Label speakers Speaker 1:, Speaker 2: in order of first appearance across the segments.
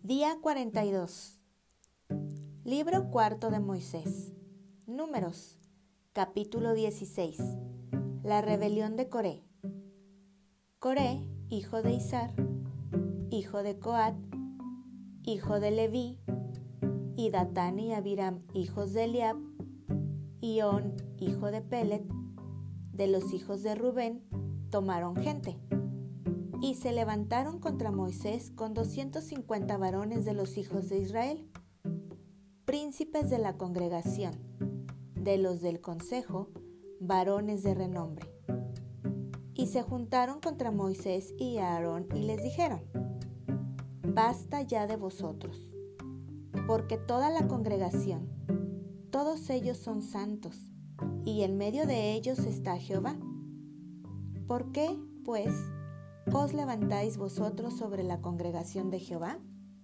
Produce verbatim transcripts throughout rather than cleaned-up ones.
Speaker 1: Día cuarenta y dos. Libro cuarto de Moisés. Números. Capítulo dieciséis. La rebelión de Coré. Coré, hijo de Izar, hijo de Coat, hijo de Leví, y Datán y Abiram, hijos de Eliab, y On, hijo de Pelet, de los hijos de Rubén, tomaron gente, y se levantaron contra Moisés con doscientos cincuenta varones de los hijos de Israel, príncipes de la congregación, de los del consejo, varones de renombre. Y se juntaron contra Moisés y Aarón y les dijeron: Basta ya de vosotros, porque toda la congregación, todos ellos son santos, y en medio de ellos está Jehová. ¿Por qué, pues, os levantáis vosotros sobre la congregación de Jehová?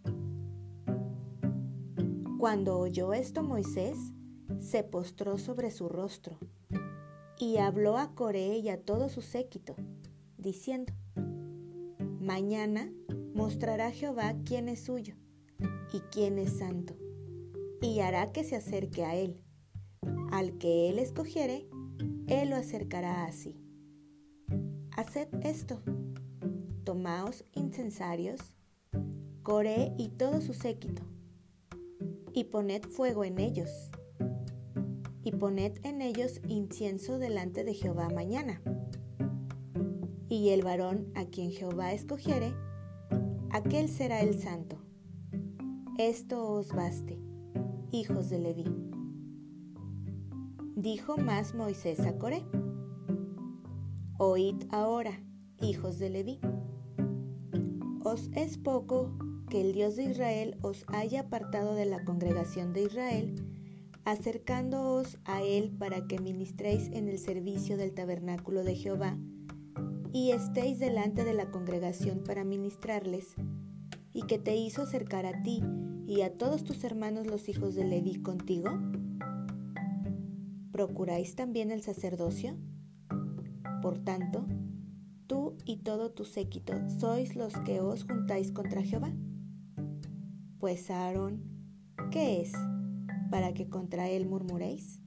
Speaker 1: Cuando oyó esto Moisés, se postró sobre su rostro, y habló a Coré y a todo su séquito, diciendo: Mañana mostrará Jehová quién es suyo, y quién es santo, y hará que se acerque a él. Al que él escogiere, él lo acercará a sí. Haced esto: tomaos incensarios, Coré y todo su séquito, y poned fuego en ellos, y poned en ellos incienso delante de Jehová mañana. Y el varón a quien Jehová escogiere, aquel será el santo. Esto os baste, hijos de Leví. Dijo más Moisés a Coré: Oíd ahora, hijos de Leví. ¿Os es poco que el Dios de Israel os haya apartado de la congregación de Israel, acercándoos a él para que ministréis en el servicio del tabernáculo de Jehová, y estéis delante de la congregación para ministrarles, y que te hizo acercar a ti y a todos tus hermanos los hijos de Leví contigo? ¿Procuráis también el sacerdocio? Por tanto, tú y todo tu séquito sois los que os juntáis contra Jehová. Pues Aarón, ¿qué es, para que contra él murmuréis?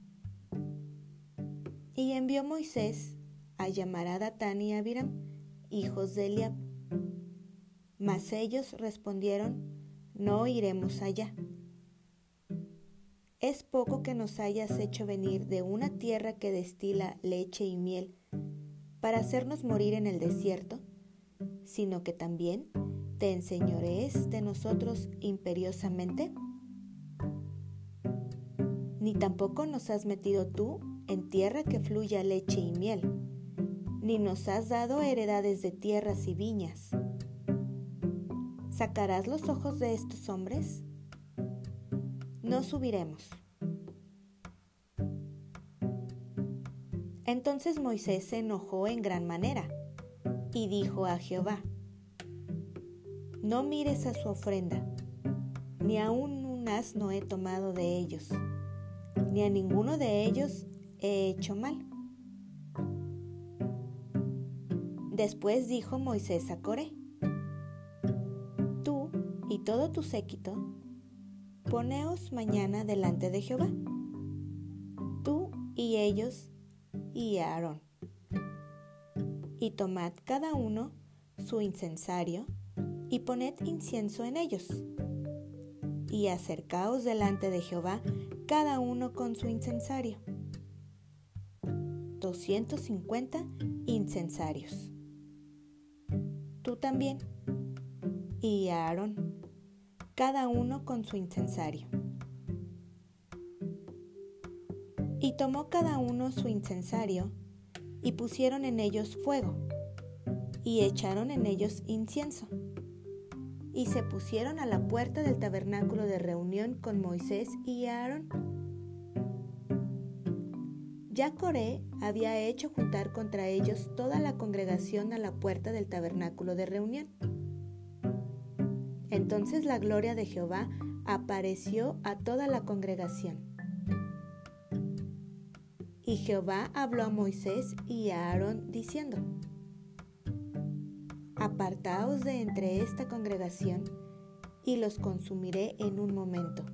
Speaker 1: Y envió Moisés a llamar a Datán y Abiram, hijos de Eliab. Mas ellos respondieron: No iremos allá. ¿Es poco que nos hayas hecho venir de una tierra que destila leche y miel para hacernos morir en el desierto, sino que también te enseñorees de nosotros imperiosamente? Ni tampoco nos has metido tú en tierra que fluya leche y miel, ni nos has dado heredades de tierras y viñas. ¿Sacarás los ojos de estos hombres? No subiremos. Entonces Moisés se enojó en gran manera y dijo a Jehová: No mires a su ofrenda, ni aun un asno he tomado de ellos, ni a ninguno de ellos he hecho mal. Después dijo Moisés a Coré: Tú y todo tu séquito, poneos mañana delante de Jehová, tú y ellos y Aarón, y tomad cada uno su incensario, y poned incienso en ellos, y acercaos delante de Jehová cada uno con su incensario. Doscientos cincuenta incensarios. Tú también, y Aarón, cada uno con su incensario. Y tomó cada uno su incensario, y pusieron en ellos fuego, y echaron en ellos incienso, y se pusieron a la puerta del tabernáculo de reunión con Moisés y Aarón. Ya Coré había hecho juntar contra ellos toda la congregación a la puerta del tabernáculo de reunión. Entonces la gloria de Jehová apareció a toda la congregación. Y Jehová habló a Moisés y a Aarón diciendo: Apartaos de entre esta congregación y los consumiré en un momento.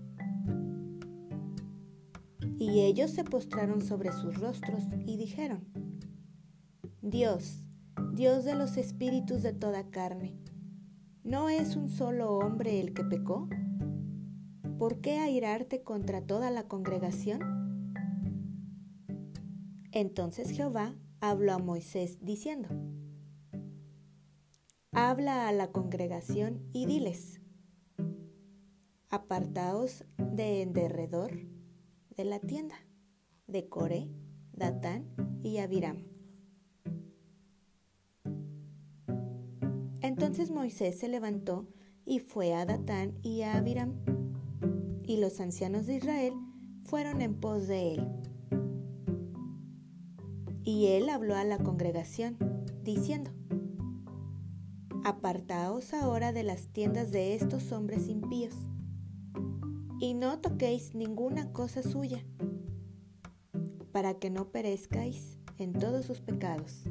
Speaker 1: Y ellos se postraron sobre sus rostros y dijeron: Dios, Dios de los espíritus de toda carne, ¿no es un solo hombre el que pecó? ¿Por qué airarte contra toda la congregación? Entonces Jehová habló a Moisés diciendo: Habla a la congregación y diles: Apartaos de en derredor de la tienda de Coré, Datán y Abiram. Entonces Moisés se levantó y fue a Datán y a Abiram, y los ancianos de Israel fueron en pos de él. Y él habló a la congregación, diciendo: Apartaos ahora de las tiendas de estos hombres impíos, y no toquéis ninguna cosa suya, para que no perezcáis en todos sus pecados.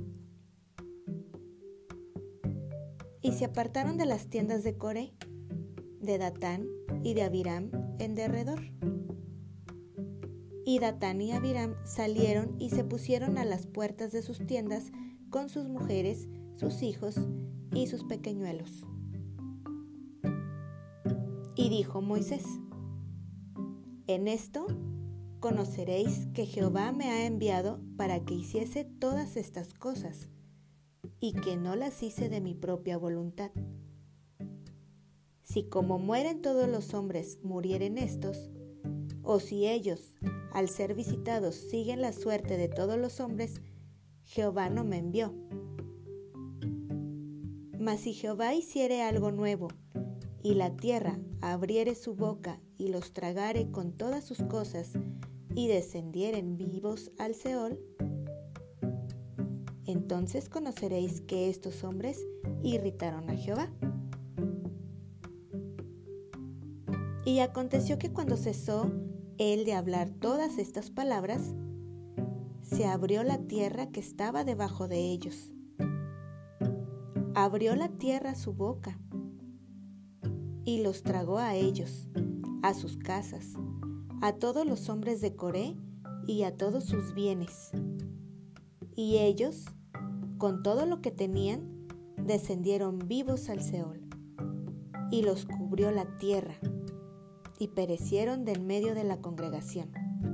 Speaker 1: Y se apartaron de las tiendas de Coré, de Datán y de Abiram en derredor. Y Datán y Abiram salieron y se pusieron a las puertas de sus tiendas con sus mujeres, sus hijos y sus pequeñuelos. Y dijo Moisés: En esto conoceréis que Jehová me ha enviado para que hiciese todas estas cosas, y que no las hice de mi propia voluntad. Si como mueren todos los hombres murieren estos, o si ellos, al ser visitados, siguen la suerte de todos los hombres, Jehová no me envió. Mas si Jehová hiciere algo nuevo, y la tierra abriere su boca y los tragare con todas sus cosas, y descendieren vivos al Seol, entonces conoceréis que estos hombres irritaron a Jehová. Y aconteció que cuando cesó él de hablar todas estas palabras, se abrió la tierra que estaba debajo de ellos. Abrió la tierra su boca y los tragó a ellos, a sus casas, a todos los hombres de Coré y a todos sus bienes. Y ellos, con todo lo que tenían, descendieron vivos al Seol, y los cubrió la tierra, y perecieron de en medio de la congregación.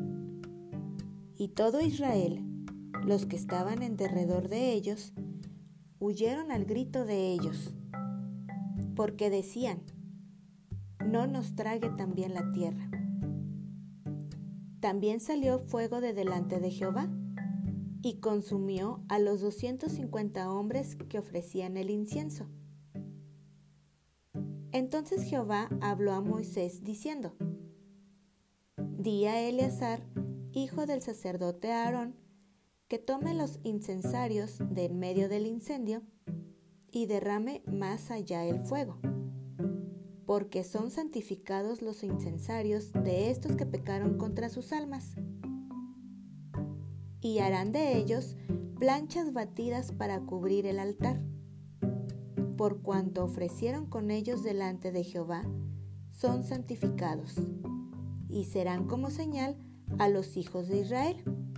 Speaker 1: Y todo Israel, los que estaban en derredor de ellos, huyeron al grito de ellos, porque decían: No nos trague también la tierra. También salió fuego de delante de Jehová, y consumió a los doscientos cincuenta hombres que ofrecían el incienso. Entonces Jehová habló a Moisés diciendo: Di a Eleazar, hijo del sacerdote Aarón, que tome los incensarios de en medio del incendio y derrame más allá el fuego, porque son santificados los incensarios de estos que pecaron contra sus almas. Y harán de ellos planchas batidas para cubrir el altar, por cuanto ofrecieron con ellos delante de Jehová, son santificados, y serán como señal a los hijos de Israel.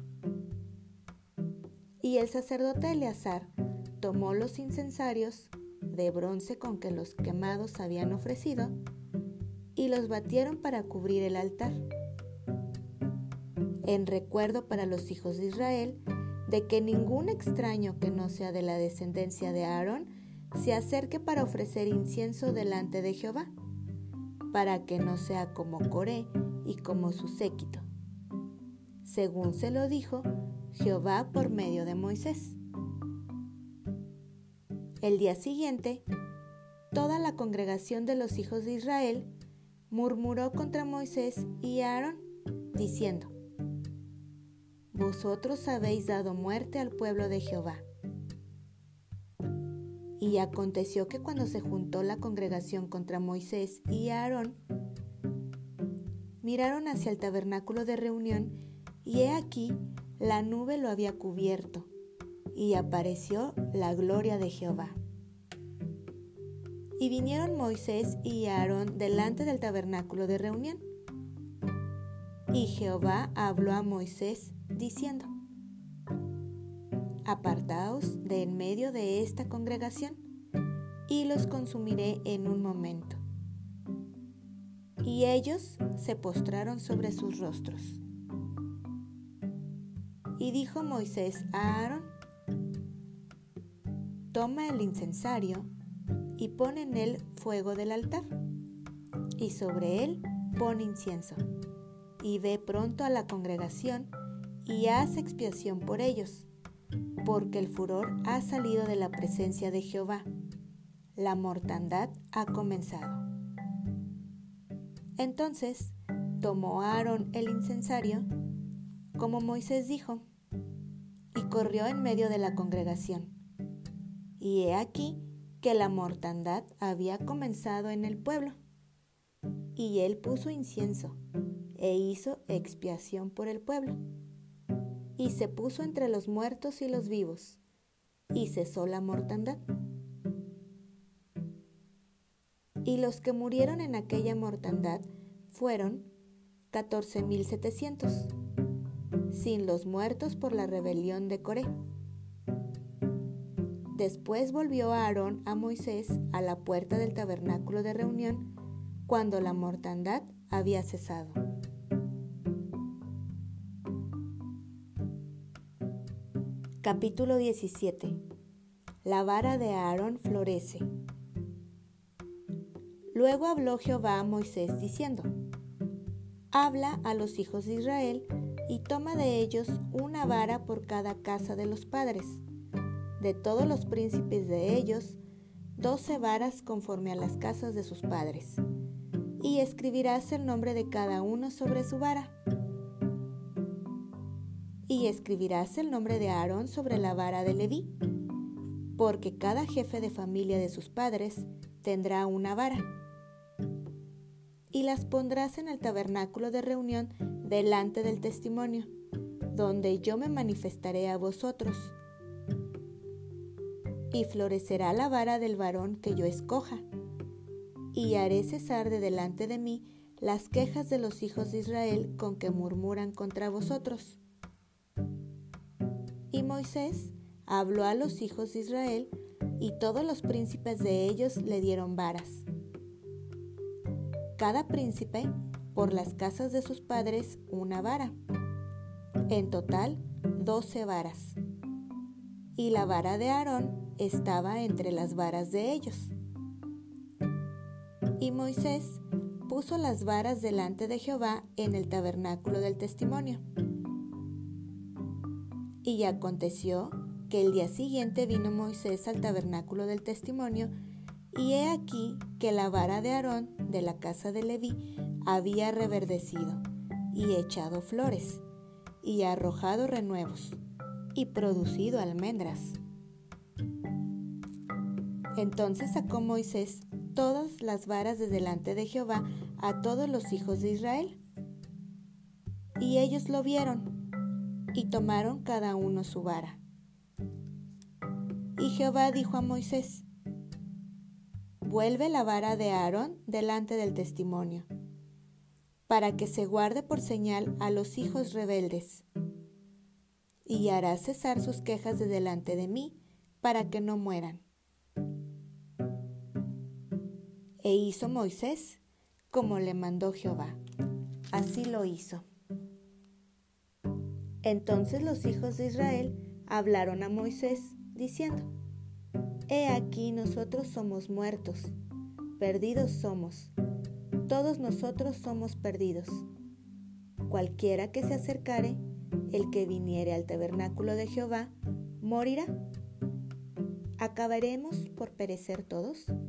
Speaker 1: Y el sacerdote Eleazar tomó los incensarios de bronce con que los quemados habían ofrecido, y los batieron para cubrir el altar, en recuerdo para los hijos de Israel de que ningún extraño que no sea de la descendencia de Aarón se acerque para ofrecer incienso delante de Jehová, para que no sea como Coré y como su séquito, según se lo dijo Jehová por medio de Moisés. El día siguiente, toda la congregación de los hijos de Israel murmuró contra Moisés y Aarón, diciendo: Vosotros habéis dado muerte al pueblo de Jehová. Y aconteció que cuando se juntó la congregación contra Moisés y Aarón, miraron hacia el tabernáculo de reunión, y he aquí la nube lo había cubierto, y apareció la gloria de Jehová. Y vinieron Moisés y Aarón delante del tabernáculo de reunión. Y Jehová habló a Moisés diciendo: Apartaos de en medio de esta congregación, y los consumiré en un momento. Y ellos se postraron sobre sus rostros. Y dijo Moisés a Aarón: Toma el incensario y pon en él fuego del altar, y sobre él pon incienso, y ve pronto a la congregación y haz expiación por ellos, porque el furor ha salido de la presencia de Jehová, la mortandad ha comenzado. Entonces tomó Aarón el incensario, como Moisés dijo, y corrió en medio de la congregación. Y he aquí que la mortandad había comenzado en el pueblo. Y él puso incienso e hizo expiación por el pueblo. Y se puso entre los muertos y los vivos, y cesó la mortandad. Y los que murieron en aquella mortandad fueron catorce mil setecientos, sin los muertos por la rebelión de Coré. Después volvió Aarón a Moisés a la puerta del tabernáculo de reunión, cuando la mortandad había cesado. Capítulo diecisiete. La vara de Aarón florece. Luego habló Jehová a Moisés diciendo: Habla a los hijos de Israel y toma de ellos una vara por cada casa de los padres, de todos los príncipes de ellos, doce varas conforme a las casas de sus padres, y escribirás el nombre de cada uno sobre su vara. Y escribirás el nombre de Aarón sobre la vara de Leví, porque cada jefe de familia de sus padres tendrá una vara. Y las pondrás en el tabernáculo de reunión delante del testimonio, donde yo me manifestaré a vosotros. Y florecerá la vara del varón que yo escoja, y haré cesar de delante de mí las quejas de los hijos de Israel con que murmuran contra vosotros. Y Moisés habló a los hijos de Israel, y todos los príncipes de ellos le dieron varas. Cada príncipe, por las casas de sus padres, una vara. En total, doce varas. Y la vara de Aarón estaba entre las varas de ellos. Y Moisés puso las varas delante de Jehová en el tabernáculo del testimonio. Y aconteció que el día siguiente vino Moisés al tabernáculo del testimonio, y he aquí que la vara de Aarón de la casa de Leví había reverdecido, y echado flores, y arrojado renuevos, y producido almendras. Entonces sacó Moisés todas las varas de delante de Jehová a todos los hijos de Israel. Y ellos lo vieron, y tomaron cada uno su vara. Y Jehová dijo a Moisés: Vuelve la vara de Aarón delante del testimonio, para que se guarde por señal a los hijos rebeldes, y hará cesar sus quejas de delante de mí, para que no mueran. E hizo Moisés como le mandó Jehová. Así lo hizo. Entonces los hijos de Israel hablaron a Moisés, diciendo: He aquí nosotros somos muertos, perdidos somos, todos nosotros somos perdidos. Cualquiera que se acercare, el que viniere al tabernáculo de Jehová, morirá. ¿Acabaremos por perecer todos?